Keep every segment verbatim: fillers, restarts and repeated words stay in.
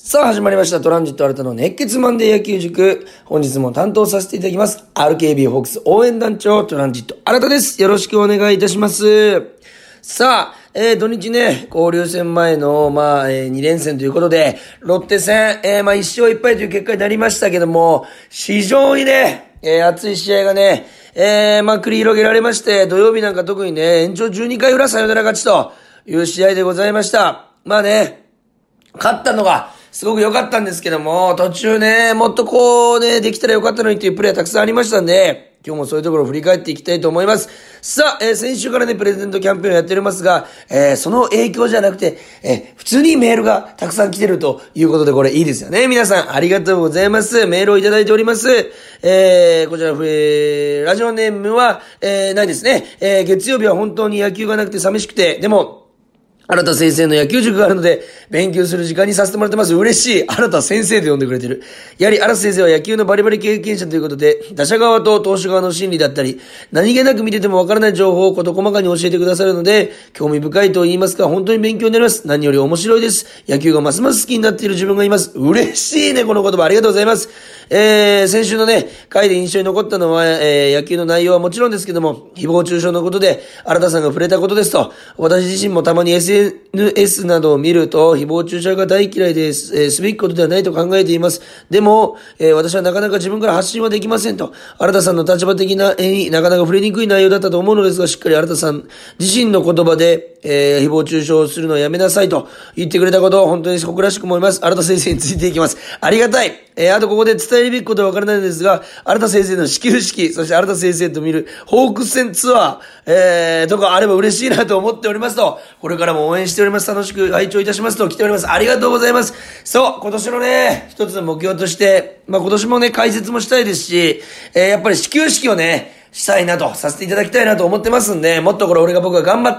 さあ始まりましたトランジット新たの熱血マンデー野球塾。本日も担当させていただきます アールケービー ホークス応援団長トランジット新たです。よろしくお願いいたします。さあ、えー、土日ね、交流戦前の、まあ、えー、に連戦ということで、ロッテ戦、えー、まあ、いち勝いっ敗という結果になりましたけども、非常にね、えー、熱い試合がね、えー、まあ、繰り広げられまして、土曜日なんか特にね、延長じゅうにかい裏サヨナラ勝ちという試合でございました。まあね、勝ったのが、すごく良かったんですけども、途中ね、もっとこうね、できたら良かったのにっていうプレーはたくさんありましたんで、今日もそういうところを振り返っていきたいと思います。さあ、えー、先週からね、プレゼントキャンペーンをやっておりますが、えー、その影響じゃなくて、えー、普通にメールがたくさん来てるということで、これいいですよね。皆さん、ありがとうございます。メールをいただいております。えー、こちら、えー、ラジオネームは、えー、ないですね。えー、月曜日は本当に野球がなくて寂しくて、でも、新田先生の野球塾があるので、勉強する時間にさせてもらってます。嬉しい。新田先生で呼んでくれてる。やはり新田先生は野球のバリバリ経験者ということで、打者側と投手側の心理だったり、何気なく見ててもわからない情報を事細かに教えてくださるので、興味深いと言いますか、本当に勉強になります。何より面白いです。野球がますます好きになっている自分がいます。嬉しいね、この言葉。ありがとうございます。えー、先週のね、回で印象に残ったのは、えー、野球の内容はもちろんですけども、誹謗中傷のことで、新田さんが触れたことですと、私自身もたまに エスエヌエス などを見ると、誹謗中傷が大嫌いです、えー、すべきことではないと考えています。でも、えー、私はなかなか自分から発信はできませんと、新田さんの立場的な絵になかなか触れにくい内容だったと思うのですが、しっかり新田さん自身の言葉で、えー、誹謗中傷をするのをやめなさいと言ってくれたことを本当に誇らしく思います。新田先生についていきます。ありがたい。えー、あとここで伝えるべきことはわからないのですが、新田先生の始球式、そして新田先生と見るホークス戦ツアー、えー、とかあれば嬉しいなと思っておりますと、これからも応援しております。楽しく拝聴いたしますと来ております。ありがとうございます。そう、今年のね、一つの目標として、まあ今年もね、解説もしたいですし、えー、やっぱり始球式をね、したいなと、させていただきたいなと思ってますんで、もっとこれ俺が僕が頑張って、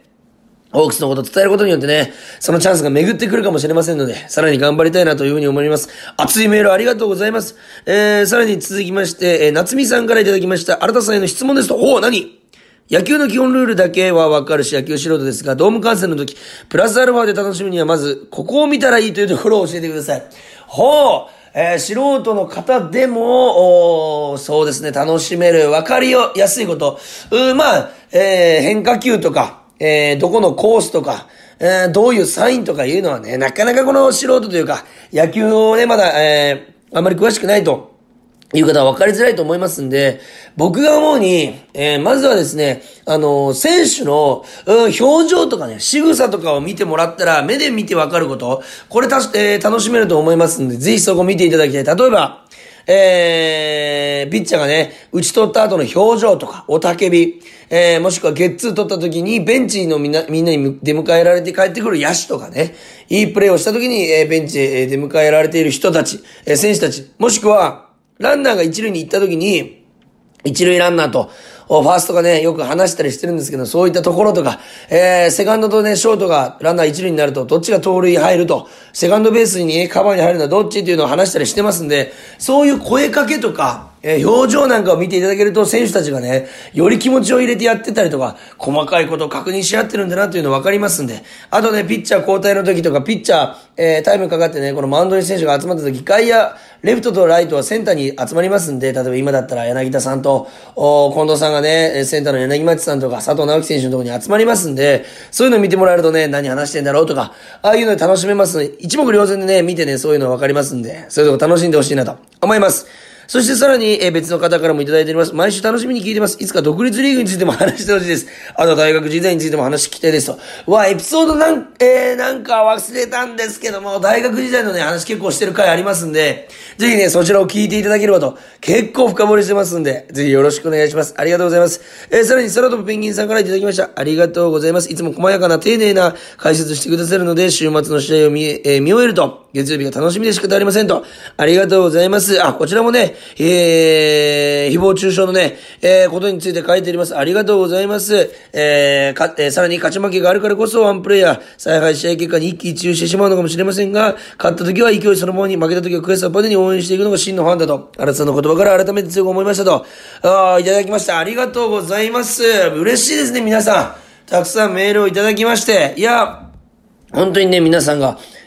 ホークスのことを伝えることによってね、そのチャンスが巡ってくるかもしれませんので、さらに頑張りたいなというふうに思います。熱いメールありがとうございます。えー、さらに続きまして、えー、夏美さんからいただきました、新田さんへの質問ですと、おー、何野球の基本ルールだけはわかるし野球素人ですが、ドーム観戦の時、プラスアルファで楽しむにはまず、ここを見たらいいというところを教えてください。ほうえー、素人の方でも、そうですね、楽しめる、わかりやすいこと、うまあ、えー、変化球とか、えー、どこのコースとか、えー、どういうサインとかいうのはね、なかなかこの素人というか、野球をね、まだ、えー、あんまり詳しくないという方は分かりづらいと思いますんで、僕が思うに、えー、まずはですね、あのー、選手の、うん、表情とかね、仕草とかを見てもらったら、目で見て分かること、これたし、えー、楽しめると思いますんで、ぜひそこ見ていただきたい。例えば、えー、ピッチャーがね、打ち取った後の表情とか、おたけび、えー、もしくはゲッツー取った時に、ベンチのみんな、みんなに出迎えられて帰ってくる野手とかね、いいプレーをした時に、えー、ベンチで出迎えられている人たち、えー、選手たち、もしくは、ランナーが一塁に行った時に、一塁ランナーと、ファーストがね、よく話したりしてるんですけど、そういったところとか、えー、セカンドとね、ショートがランナー一塁になると、どっちが盗塁入ると、セカンドベースにね、カバーに入るのはどっちっていうのを話したりしてますんで、そういう声かけとか、えー、表情なんかを見ていただけると、選手たちがね、より気持ちを入れてやってたりとか、細かいことを確認し合ってるんだなというの分かりますんで、あとね、ピッチャー交代の時とか、ピッチャー、えー、タイムかかってね、このマウンドに選手が集まった時、外野、レフトとライトはセンターに集まりますんで、例えば今だったら柳田さんと、お近藤さんがね、センターの柳町さんとか佐藤直樹選手のところに集まりますんで、そういうのを見てもらえるとね、何話してんだろうとか、ああいうので楽しめますので、一目瞭然でね、見てね、そういうの分かりますんで、そういうとこ楽しんでほしいなと思います。そしてさらに、えー、別の方からもいただいております。毎週楽しみに聞いてます。いつか独立リーグについても話してほしいです。あと大学時代についても話聞きたいですと。わ、エピソードなん、えー、なんか忘れたんですけども、大学時代のね、話結構してる回ありますんで、ぜひね、そちらを聞いていただければと、結構深掘りしてますんで、ぜひよろしくお願いします。ありがとうございます。えー、さらに、空飛ぶペンギンさんからいただきました。ありがとうございます。いつも細やかな丁寧な解説してくださるので、週末の試合を見、えー、見終えると、月曜日が楽しみで仕方ありませんと。ありがとうございます。あ、こちらもね、えー、えー、誹謗中傷のね、えー、ことについて書いてあります。ありがとうございます。えー、か、えー、さらに勝ち負けがあるからこそワンプレイヤー、采配試合結果に一喜一憂してしまうのかもしれませんが、勝った時は勢いそのままに、負けた時は悔しさをバネに応援していくのが真のファンだと、新田さんの言葉から改めて強く思いましたと、あー、いただきました。ありがとうございます。嬉しいですね、皆さん。たくさんメールをいただきまして、いや、本当にね、皆さんが、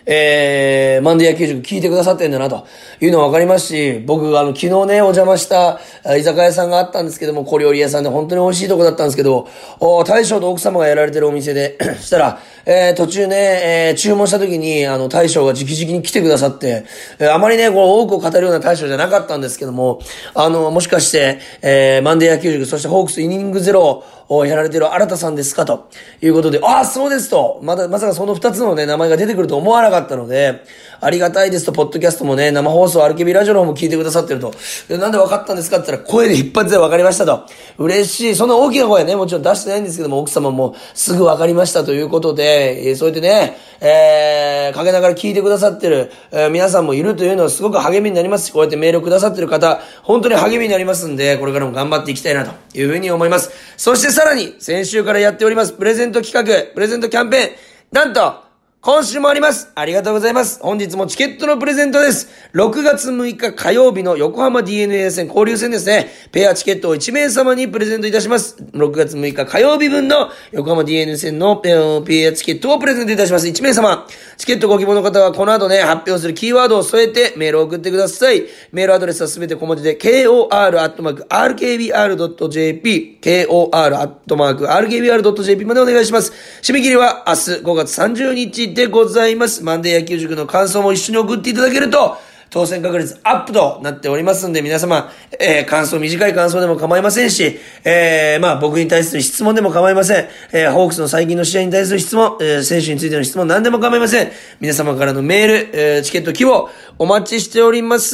えー、マンデー野球塾聞いてくださってんだなというのはわかりますし、僕、あの、昨日ね、お邪魔した居酒屋さんがあったんですけども、小料理屋さんで本当に美味しいとこだったんですけど、お大将と奥様がやられてるお店で、したら、えー、途中ね、えー、注文した時に、あの、大将が直々に来てくださって、えー、あまりね、こう、多くを語るような大将じゃなかったんですけども、あの、もしかして、えー、マンデー野球塾、そしてホークスイニングゼロをやられてる新田さんですかということで、ああ、そうですと、まだ、まさかその二つのね、名前が出てくると思わなかったので、ありがたいですと、ポッドキャストもね、生放送、アルケビラジオの方も聞いてくださってると。で、なんで分かったんですかって言ったら、声で一発で分かりましたと。嬉しい。そんな大きな声はね、もちろん出してないんですけども、奥様もすぐ分かりましたということで、えー、そうやってね、えー、かけながら聞いてくださってる、えー、皆さんもいるというのはすごく励みになりますし、こうやってメールくださってる方、本当に励みになりますんで、これからも頑張っていきたいなというふうに思います。そしてさらに、先週からやっております、プレゼント企画、プレゼントキャンペーン、なんと、今週もあります。ありがとうございます。本日もチケットのプレゼントです。ろくがつむいか火曜日の横浜 ディーエヌエー 戦交流戦ですね。ペアチケットをいちめいさまにプレゼントいたします。ろくがつむいか火曜日分の横浜 ディーエヌエー 戦のペアチケットをプレゼントいたします。いちめいさま。チケットご希望の方はこの後ね、発表するキーワードを添えてメールを送ってください。メールアドレスはすべて小文字で ケーオーアールアットマークアールケービーアールドットジェーピー ケーオーアールアットマークアールケービーアールドットジェーピー までお願いします。締め切りは明日ごがつさんじゅうにちでございます。マンデー野球塾の感想も一緒に送っていただけると当選確率アップとなっておりますんで、皆様、えー、感想、短い感想でも構いませんし、えー、まあ僕に対する質問でも構いません。えー、ホークスの最近の試合に対する質問、えー、選手についての質問何でも構いません。皆様からのメール、えー、チケット希望お待ちしております。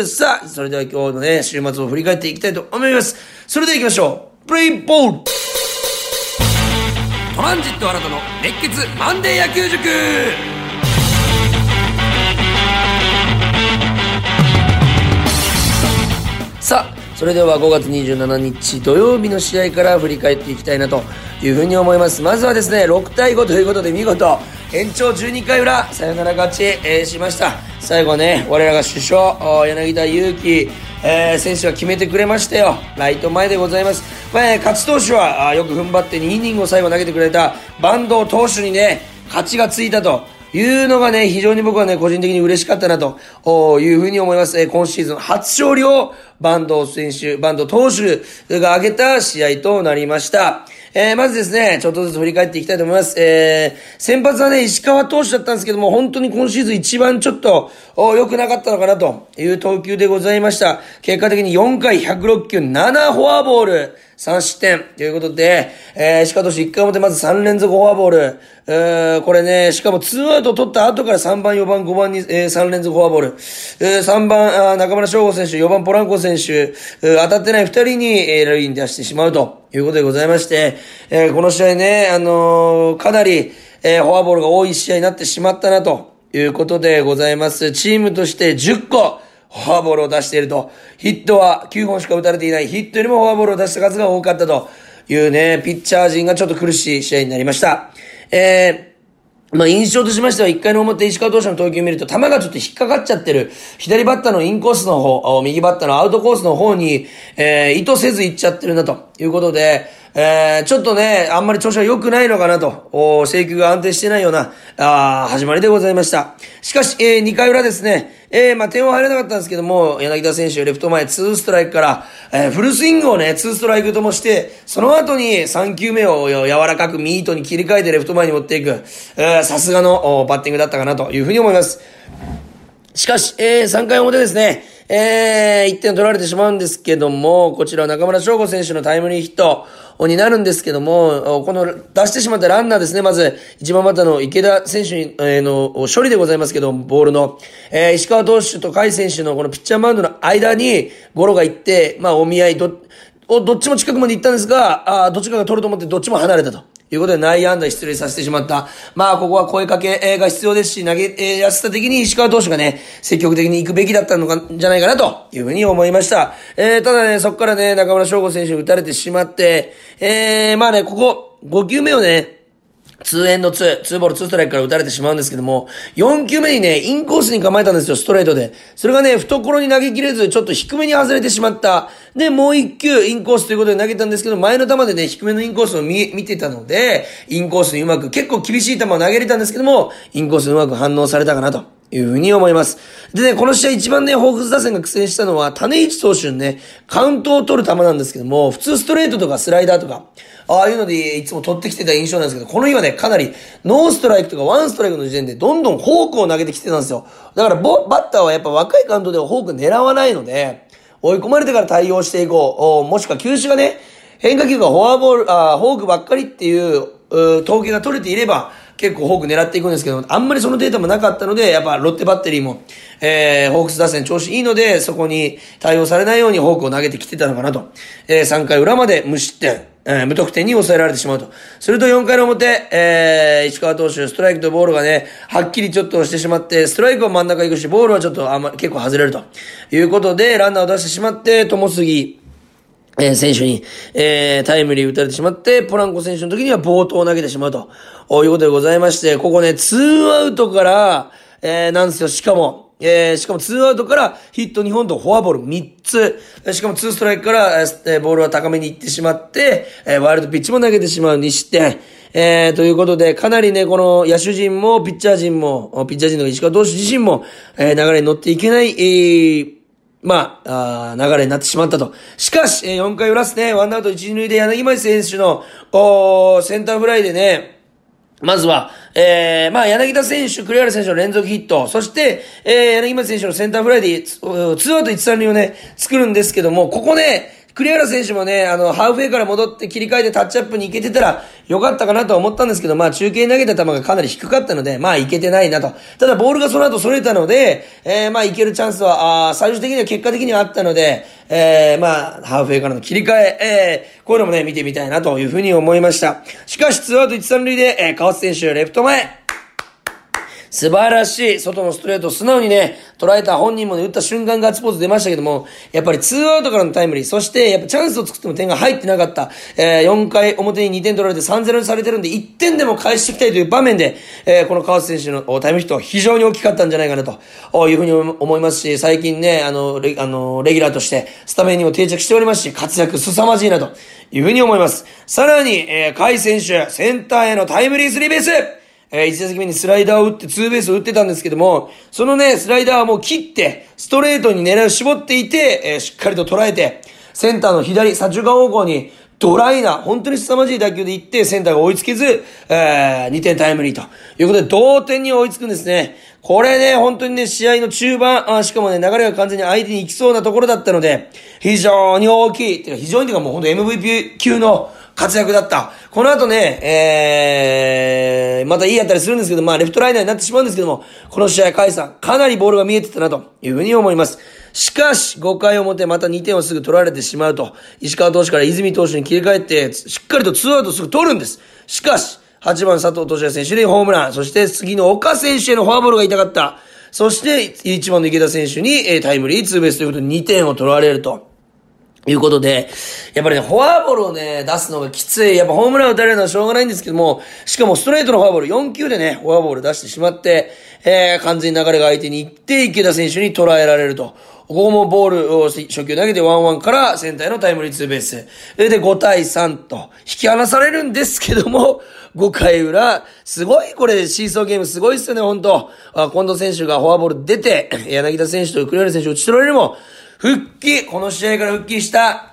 さあ、それでは今日のね、週末を振り返っていきたいと思います。それでは行きましょう。プレイボールトランジット新たの熱血マンデー野球塾。さあ、それではごがつにじゅうしちにち土曜日の試合から振り返っていきたいなというふうに思います。まずはですね、ろくたいごということで見事延長じゅうにかい裏サヨナラ勝ち、えー、しました。最後ね、我らが主将柳田悠岐、えー、選手が決めてくれましたよ。ライト前でございます。まあね、勝ち投手はよく踏ん張ってにイニングを最後投げてくれた坂東投手にね、勝ちがついたというのがね、非常に僕はね、個人的に嬉しかったなというふうに思います。えー、今シーズン初勝利を坂東選手、坂東投手が挙げた試合となりました。えー、まずですね、ちょっとずつ振り返っていきたいと思います。えー、先発はね、石川投手だったんですけども、本当に今シーズン一番ちょっと良くなかったのかなという投球でございました。結果的によんかいひゃくろっきゅう、ななフォアボール、さんしってんということで、えー、石川投手いっかい表まずさんれんぞくフォアボール、えー、これね、しかもツーアウト取った後からさんばん、よばん、ごばんに、えー、さんれんぞくフォアボール、えー、さんばん、あ中村翔吾選手、よばんポランコ選手、当たってないふたりに、えー、塁に出してしまうということでございまして、えー、この試合ね、あのー、かなり、えー、フォアボールが多い試合になってしまったなということでございます。チームとしてじゅっこ、フォアボールを出していると。ヒットはきゅうほんしか打たれていない。ヒットよりもフォアボールを出した数が多かったというね、ピッチャー陣がちょっと苦しい試合になりました。えーまあ印象としましては、いっかいの表石川投手の投球を見ると、球がちょっと引っかかっちゃってる。左バッターのインコースの方、右バッターのアウトコースの方に、えー、意図せず行っちゃってるなということで、えー、ちょっとね、あんまり調子は良くないのかなと、制球が安定してないような、あ始まりでございました。しかし、えー、にかい裏ですね、えー、まあ点は入らなかったんですけども、柳田選手、レフト前、ツーストライクから、えー、フルスイングをね、ツーストライクともして、その後にさんきゅうめを柔らかくミートに切り替えてレフト前に持っていく、えー、さすがのバッティングだったかなというふうに思います。しかし、えー、さんかい表ですね、えー、いってん取られてしまうんですけども、こちら中村翔吾選手のタイムリーヒットになるんですけども、この出してしまったランナーですね、まずいちばんバッターの池田選手に、えー、の処理でございますけど、ボールの、えー、石川投手と甲斐選手のこのピッチャーマウンドの間にゴロが行って、まあお見合いど、どっちも近くまで行ったんですが、あどっちかが取ると思ってどっちも離れたと。ということで内野安打出塁させてしまった。まあここは声かけが必要ですし、投げやすさ的に石川投手がね、積極的に行くべきだったのか、じゃないかなというふうに思いました。えー、ただね、そこからね、中村翔吾選手に打たれてしまって、えー、まあね、ここごきゅうめをね、 ツーエンドツー、ツーボールツーストライクから打たれてしまうんですけども、よん球目にね、インコースに構えたんですよ、ストレートで。それがね、懐に投げ切れず、ちょっと低めに外れてしまった。で、もういっ球、インコースということで投げたんですけど、前の球でね、低めのインコースを見、見てたので、インコースにうまく、結構厳しい球を投げれたんですけども、インコースにうまく反応されたかなというふうに思います。でね、この試合一番ね、ホークス打線が苦戦したのは、種市投手にね、カウントを取る球なんですけども、普通ストレートとかスライダーとか、ああいうのでいつも取ってきてた印象なんですけど、この日はね、かなりノーストライクとかワンストライクの時点でどんどんフォークを投げてきてたんですよ。だからボバッターはやっぱ若いカウントではフォーク狙わないので、追い込まれてから対応していこう。もしくは球種がね、変化球がフォアボール、あフォークばっかりっていう、う統計が取れていれば、結構フォーク狙っていくんですけど、あんまりそのデータもなかったので、やっぱロッテバッテリーも、えー、ホークス打線調子いいので、そこに対応されないようにフォークを投げてきてたのかなと。えー、さんかい裏まで無失点。えー、無得点に抑えられてしまうと。するとよんかいの表、えー、石川投手、ストライクとボールがね、はっきりちょっとしてしまって、ストライクは真ん中行くし、ボールはちょっとあんま、結構外れるということで、ランナーを出してしまって、友杉、えー、選手に、えー、タイムリー打たれてしまって、ポランコ選手の時には暴投を投げてしまうと、いうことでございまして、ここね、ツーアウトから、えー、なんですよ、しかも、えー、しかもツーアウトからヒットにほんとフォアボールみっつ。しかもツーストライクから、えー、ボールは高めに行ってしまって、えー、ワイルドピッチも投げてしまうにして、えー、ということで、かなりね、この野手陣もピッチャー陣も、ピッチャー陣の石川投手自身も、えー、流れに乗っていけない、えー、まあ、あ流れになってしまったと。しかし、えー、よんかい裏ですね、ワンアウト一二塁で柳町選手の、おー、センターフライでね、まずは、えー、まあ、柳田選手、栗原選手の連続ヒット、そして、えー、柳町選手のセンターフライで、ツーアウト一三塁をね、作るんですけども、ここね、栗原選手もね、あの、ハーフウェイから戻って切り替えてタッチアップに行けてたらよかったかなと思ったんですけど、まあ中継に投げた球がかなり低かったので、まあいけてないなと。ただボールがその後それたので、えー、まあいけるチャンスは、あ最終的には結果的にはあったので、えー、まあ、ハーフウェイからの切り替え、えー、こういうのもね、見てみたいなというふうに思いました。しかしツーアウト一三塁で、えー、川瀬選手、レフト前。素晴らしい外のストレートを素直にね、捉えた本人もね、打った瞬間ガッツポーズ出ましたけども、やっぱりツーアウトからのタイムリー、そしてやっぱチャンスを作っても点が入ってなかった、えー、よんかい表ににてん取られて さんたいゼロ にされてるんで、いってんでも返していきたいという場面で、えー、この川瀬選手のタイムリーヒットは非常に大きかったんじゃないかなというふうに思いますし、最近ね、あの、レ、あの、レギュラーとしてスタメンにも定着しておりますし、活躍凄まじいなというふうに思います。さらに、えー、甲斐選手、センターへのタイムリースリーベース、えー、一打席目にスライダーを打ってツーベースを打ってたんですけども、そのね、スライダーはもう切って、ストレートに狙いを絞っていて、えー、しっかりと捉えて、センターの左、左中間方向にドライな、本当に凄まじい打球で行って、センターが追いつけず、えー、にてんタイムリーということで、同点に追いつくんですね。これね、本当にね、試合の中盤、あしかもね、流れが完全に相手に行きそうなところだったので、非常に大きい、っていうか非常にというかもう本当 エムブイピー 級の活躍だった。この後ね、えー、またいい当たりするんですけど、まあ、レフトライナーになってしまうんですけども、この試合、甲斐さん、かなりボールが見えてたなというふうに思います。しかし、ごかい表、またにてんをすぐ取られてしまうと、石川投手から泉投手に切り替えて、しっかりとツーアウトすぐ取るんです。しかし、はちばん佐藤俊也選手にホームラン、そして次の岡選手へのフォアボールが痛かった。そして、いちばんの池田選手に、えー、タイムリー、ツーベースということでにてんを取られると。いうことで、やっぱりね、フォアボールをね、出すのがきつい。やっぱホームラン打たれるのはしょうがないんですけども、しかもストレートのフォアボールよんきゅうでね、フォアボール出してしまって、えー、完全に流れが相手に行って、池田選手に捉えられると。ここもボールを初球投げてワンワンからセンターへのタイムリーツーベース。で、ごたいさんと引き離されるんですけども、ごかい裏、すごいこれシーソーゲームすごいっすよね、本当あ近藤選手がフォアボール出て、柳田選手と栗原選手を打ち取られるも、復帰、この試合から復帰した、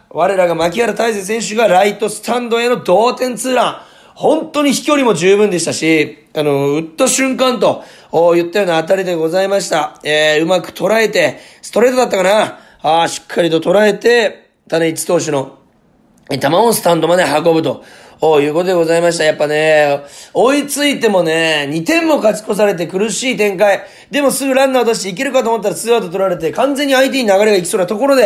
我らが牧原大成選手がライトスタンドへの同点ツーラン。本当に飛距離も十分でしたし、あの、打った瞬間と言ったような当たりでございました。えー、うまく捉えて、ストレートだったかなあしっかりと捉えて、種市投手の球をスタンドまで運ぶと。いうことでございました。やっぱね、追いついてもね、にてんも勝ち越されて苦しい展開。でもすぐランナーを出していけるかと思ったらツーアウト取られて、完全に相手に流れがいきそうなところで、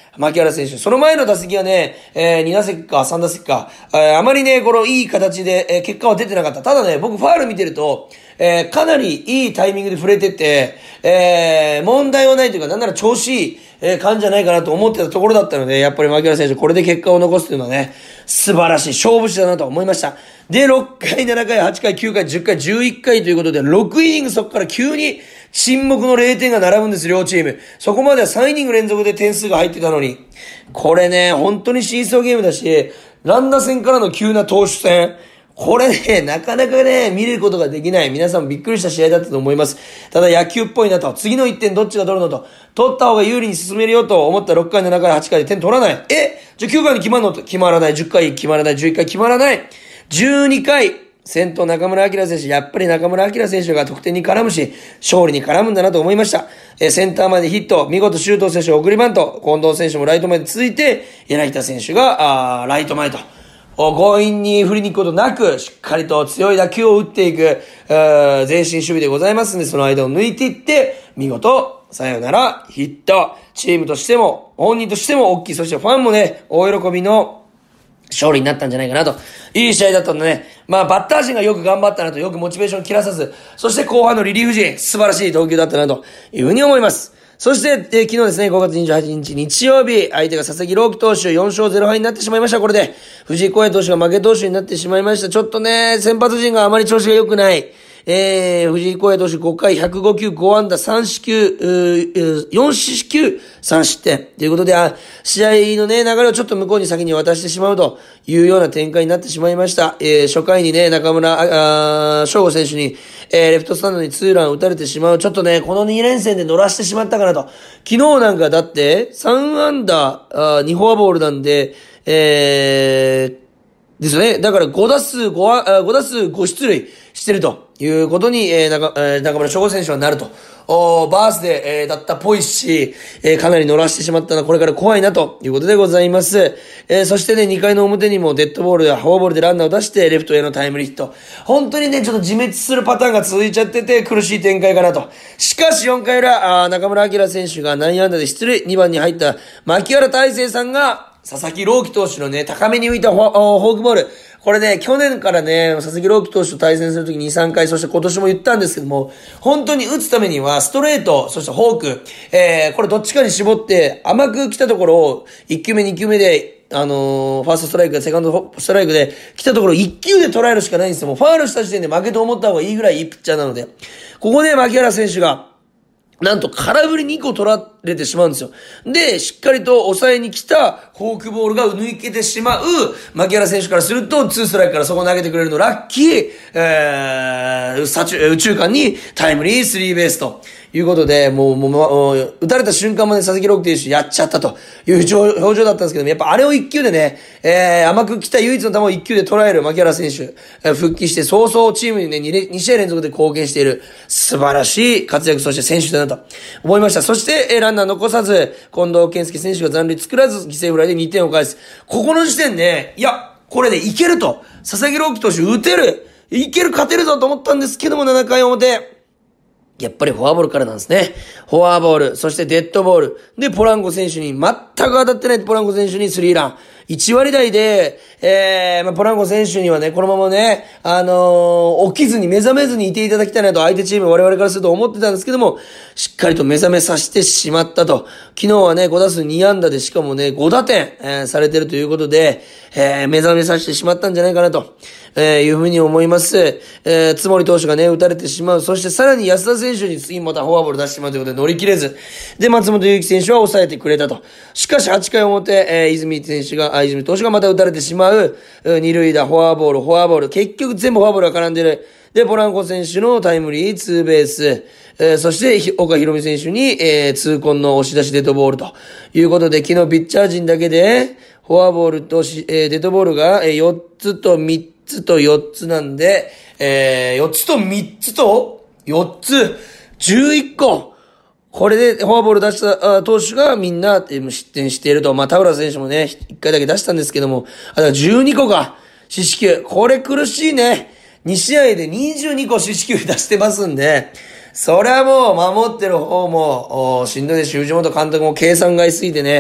牧原選手。その前の打席はね、えー、に打席かさん打席か、えー、あまりね、このいい形で、えー、結果は出てなかった。ただね、僕ファール見てると、えー、かなりいいタイミングで触れてて、えー、問題はないというか、なんなら調子いい、えー、感じじゃないかなと思ってたところだったので、やっぱり牧原選手、これで結果を残すというのはね、素晴らしい勝負師だなと思いました。で、ろっかい、ななかい、はちかい、きゅうかい、じゅっかい、じゅういっかいということで、ろくイニングそこから急に沈黙のれいてんが並ぶんです、両チーム。そこまではさんイニング連続で点数が入ってたのに。これね、本当にシーソーゲームだし、乱打戦からの急な投手戦。これね、なかなかね、見れることができない。皆さんもびっくりした試合だったと思います。ただ野球っぽいなと。次のいってんどっちが取るのと。取った方が有利に進めるよと思ったろっかい、ななかい、はちかいで点取らない。えじゃあきゅうかいに決まるのと決まらない。じゅっかい決まらない。じゅういっかい決まらない。じゅうにかい。先頭中村晃選手。やっぱり中村晃選手が得点に絡むし、勝利に絡むんだなと思いました。えセンターまでヒット。見事周東選手送りバント。近藤選手もライト前で続いて、柳田選手が、あライト前と。強引に振りに行くことなく、しっかりと強い打球を打っていく、前進守備でございますので、その間を抜いていって、見事、さよなら、ヒット。チームとしても、本人としても大きい。そしてファンもね、大喜びの勝利になったんじゃないかなと。いい試合だったんでね。まあ、バッター陣がよく頑張ったなと、よくモチベーション切らさず、そして後半のリリーフ陣、素晴らしい投球だったなというふうに思います。そして、えー、昨日ですね、ごがつにじゅうはちにち日曜日、相手が佐々木朗希投手よんしょうぜろはいになってしまいました。これで、藤井康也投手が負け投手になってしまいました。ちょっとね、先発陣があまり調子が良くない。えー、藤井康也投手ごかいひゃくごきゅうごあんださんしきゅう、よんしきゅうさんしってんということで、試合のね、流れをちょっと向こうに先に渡してしまうというような展開になってしまいました。えー、初回にね、中村翔吾選手に、えー、レフトスタンドにツーラン打たれてしまう。ちょっとね、このに連戦で乗らしてしまったかなと。昨日なんかだって、さんアンダー、にフォアボールなんで、えー、ですよね。だからごだすうご、ごだすうご出塁してるということに、えー、中、えー、中村翔吾選手はなると。おバースデー、えー、だったっぽいし、えー、かなり乗らしてしまったのはこれから怖いなということでございます。えー、そしてね、にかいの表にもデッドボールやフォアボールでランナーを出して、レフトへのタイムリーヒット。本当にね、ちょっと自滅するパターンが続いちゃってて、苦しい展開かなと。しかしよんかい裏、あ中村晃選手が内野安打で出塁、にばんに入った牧原大成さんが、佐々木朗希投手のね、高めに浮いたフォークボール。これね、去年からね、佐々木朗希投手と対戦するときにに、さんかい、そして今年も言ったんですけども、本当に打つためには、ストレート、そしてフォーク、えー、これどっちかに絞って、甘く来たところを、いっきゅうめ、にきゅうめで、あのー、ファーストストライク、セカンドストライクで、来たところいっきゅうで捉えるしかないんですよ。もうファウルした時点で負けと思った方がいいぐらいいいピッチャーなので、ここで牧原選手が、なんと空振りにこ取られてしまうんですよ。で、しっかりと抑えに来たフォークボールが抜けてしまう、牧原選手からすると、ツーストライクからそこ投げてくれるのラッキー、えー、左中、宇宙間にタイムリースリーベースということで、もう、もう、もう打たれた瞬間まで佐々木朗希選手やっちゃったという表情だったんですけども、やっぱあれを一球でね、えー、甘く来た唯一の球を一球で捉える牧原選手、えー、復帰して早々チームにね、2, 2試合連続で貢献している素晴らしい活躍、そして選手だなと思いました。そして、えー、ランナー残さず、近藤健介選手が残塁作らず、犠牲フライでにてんを返す。ここの時点で、いや、これでいけると。佐々木朗希投手打てる。いける、勝てるぞと思ったんですけども、ななかい表。やっぱりフォアボールからなんですね。フォアボール、そしてデッドボール。で、ポランコ選手に、全く当たってないポランコ選手にスリーラン。いちわりだいで、えー、まあ、ポランコ選手にはね、このままね、あのー、起きずに目覚めずにいていただきたいなと相手チーム我々からすると思ってたんですけども、しっかりと目覚めさせてしまったと。昨日はね、ごだすうにあんだでしかもね、ごだてん、えー、されてるということで、えー、目覚めさせてしまったんじゃないかなと。えー、いうふうに思います。えー、つもり投手がね、打たれてしまう。そしてさらに安田選手に次またフォアボール出してしまうということで乗り切れず。で、松本祐樹選手は抑えてくれたと。しかしはちかい表、えー、泉選手が、あ、泉投手がまた打たれてしまう。二塁打、フォアボール、フォアボール。結局全部フォアボールが絡んでる。で、ポランコ選手のタイムリー、ツーベース。えー、そして、岡ひろみ選手に、えー、痛恨の押し出しデッドボールということで、昨日ピッチャー陣だけで、フォアボールとし、えー、デッドボールが、えー、よっつとみっつとよっつなんで、えー、よっつとみっつとよっつ、じゅういっこ。これでフォアボール出した投手がみんな失点していると。まあ、田浦選手もね、いっかいだけ出したんですけども、あとじゅうにこか、四死球。これ苦しいね。にしあいでにじゅうにこ四死球出してますんで、それはもう守ってる方も、しんどいですし、藤本監督も計算外すぎてね、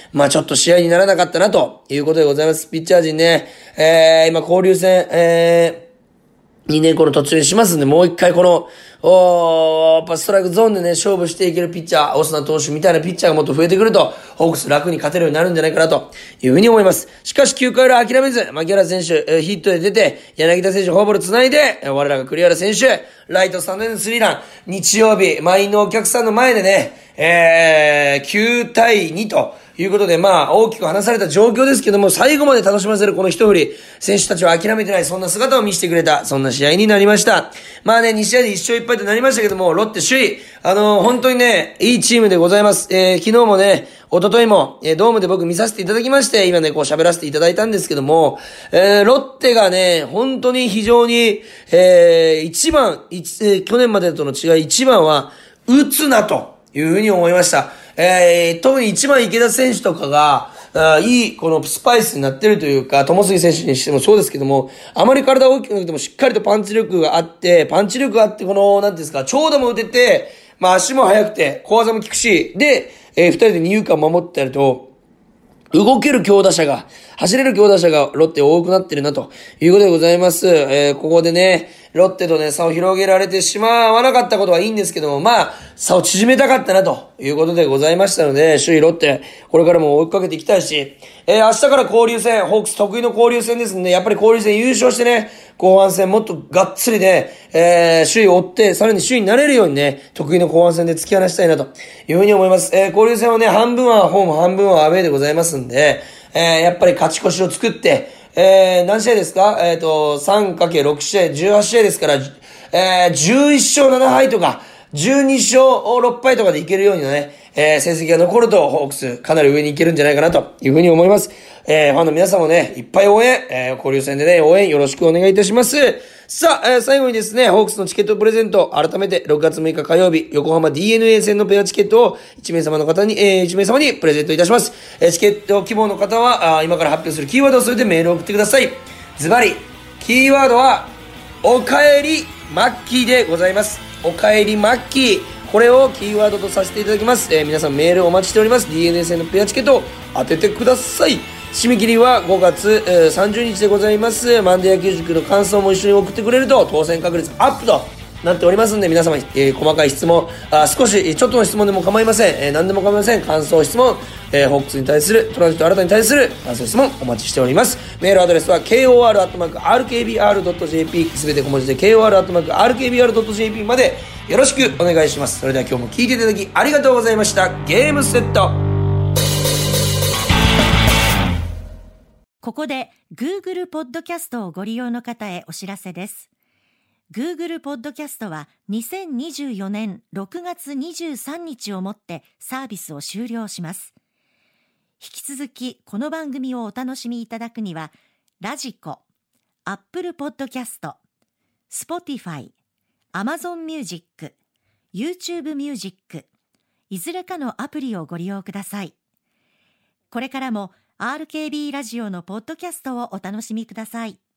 まあちょっと試合にならなかったなということでございます。ピッチャー陣ね、えー、今交流戦、えー、にねんこの途中にしますんで、もう一回この、おー、やっぱストライクゾーンでね、勝負していけるピッチャー、オスナ投手みたいなピッチャーがもっと増えてくると、ホークス楽に勝てるようになるんじゃないかなというふうに思います。しかしきゅうかい裏諦めず、牧原選手、えー、ヒットで出て、柳田選手フォアボール繋いで、我らが栗原選手、ライトスタンドへのスリーラン、日曜日、満員のお客さんの前でね、えー、きゅうたいにと、いうことで、まあ、大きく離された状況ですけども、最後まで楽しませるこの一振り、選手たちは諦めてない、そんな姿を見せてくれた、そんな試合になりました。まあね、に試合でいっ勝いっ敗となりましたけども、ロッテ首位、あのー、本当にね、いいチームでございます。えー、昨日もね、一昨日も、えー、ドームで僕見させていただきまして、今ね、こう喋らせていただいたんですけども、えー、ロッテがね、本当に非常に、えー、一番、一、えー、去年までとの違い、一番は、打つなというふうに思いました。えー、特に一番池田選手とかが、あいい、このスパイスになってるというか、友杉選手にしてもそうですけども、あまり体大きくなくてもしっかりとパンチ力があって、パンチ力があって、この、なんていうんですか、長打も打てて、まあ足も速くて、小技も効くし、で、えー、二人で二遊間守ってやると、動ける強打者が、走れる強打者がロッテ多くなってるなということでございます。えー、ここでね、ロッテとね、差を広げられてしまわなかったことはいいんですけども、まあ、差を縮めたかったなということでございましたので、首位ロッテ、これからも追いかけていきたいし、えー、明日から交流戦、ホークス得意の交流戦ですんで、やっぱり交流戦優勝してね、後半戦もっとがっつりね、えー、首位を追って、さらに首位になれるようにね、得意の後半戦で突き放したいなというふうに思います。えー、交流戦はね、半分はホーム、半分はアウェーでございますんで、えー、やっぱり勝ち越しを作って、えー、何試合ですかえっと、さんかけるろく 試合、じゅうはち試合ですから、えー、じゅういっ勝なな敗とか、じゅうに勝ろく敗とかでいけるようにね、えー、成績が残ると、ホークス、かなり上にいけるんじゃないかなというふうに思います。えー、ファンの皆さんもね、いっぱい応援、えー、交流戦でね、応援よろしくお願いいたします。さあ、えー、最後にですね、ホークスのチケットプレゼント、改めてろくがつむいか火曜日、横浜 ディーエヌエー 戦のペアチケットをいち名様の方に、えー、いち名様にプレゼントいたします。えー、チケット希望の方は、あ今から発表するキーワードを添えてメールを送ってください。ズバリ、キーワードは、おかえりマッキーでございます。おかえりマッキー。これをキーワードとさせていただきます。えー、皆さんメールお待ちしております。ディーエヌエー 戦のペアチケットを当ててください。締め切りはごがつ、えー、さんじゅうにちでございます。マンデー野球塾の感想も一緒に送ってくれると当選確率アップとなっておりますんで、皆様、えー、細かい質問、あ少しちょっとの質問でも構いません。えー、何でも構いません。感想質問、えー、ホークスに対するトランジット新たに対する感想質問お待ちしております。メールアドレスは ケーオーアール アットマーク アールケービーアール ドット ジェーピー すべて小文字で ケーオーアール アットマーク アールケービーアール ドット ジェーピー までよろしくお願いします。それでは今日も聞いていただきありがとうございました。ゲームセット。 ここで Google ポッドキャストをご利用の方へお知らせです。Google ポッドキャストはにせんにじゅうよねんろくがつにじゅうさんにちをもってサービスを終了します。引き続きこの番組をお楽しみいただくには、ラジコ、Apple ポッドキャスト、Spotify、Amazon Music、YouTube Music、いずれかのアプリをご利用ください。これからもアールケービー ラジオのポッドキャストをお楽しみください。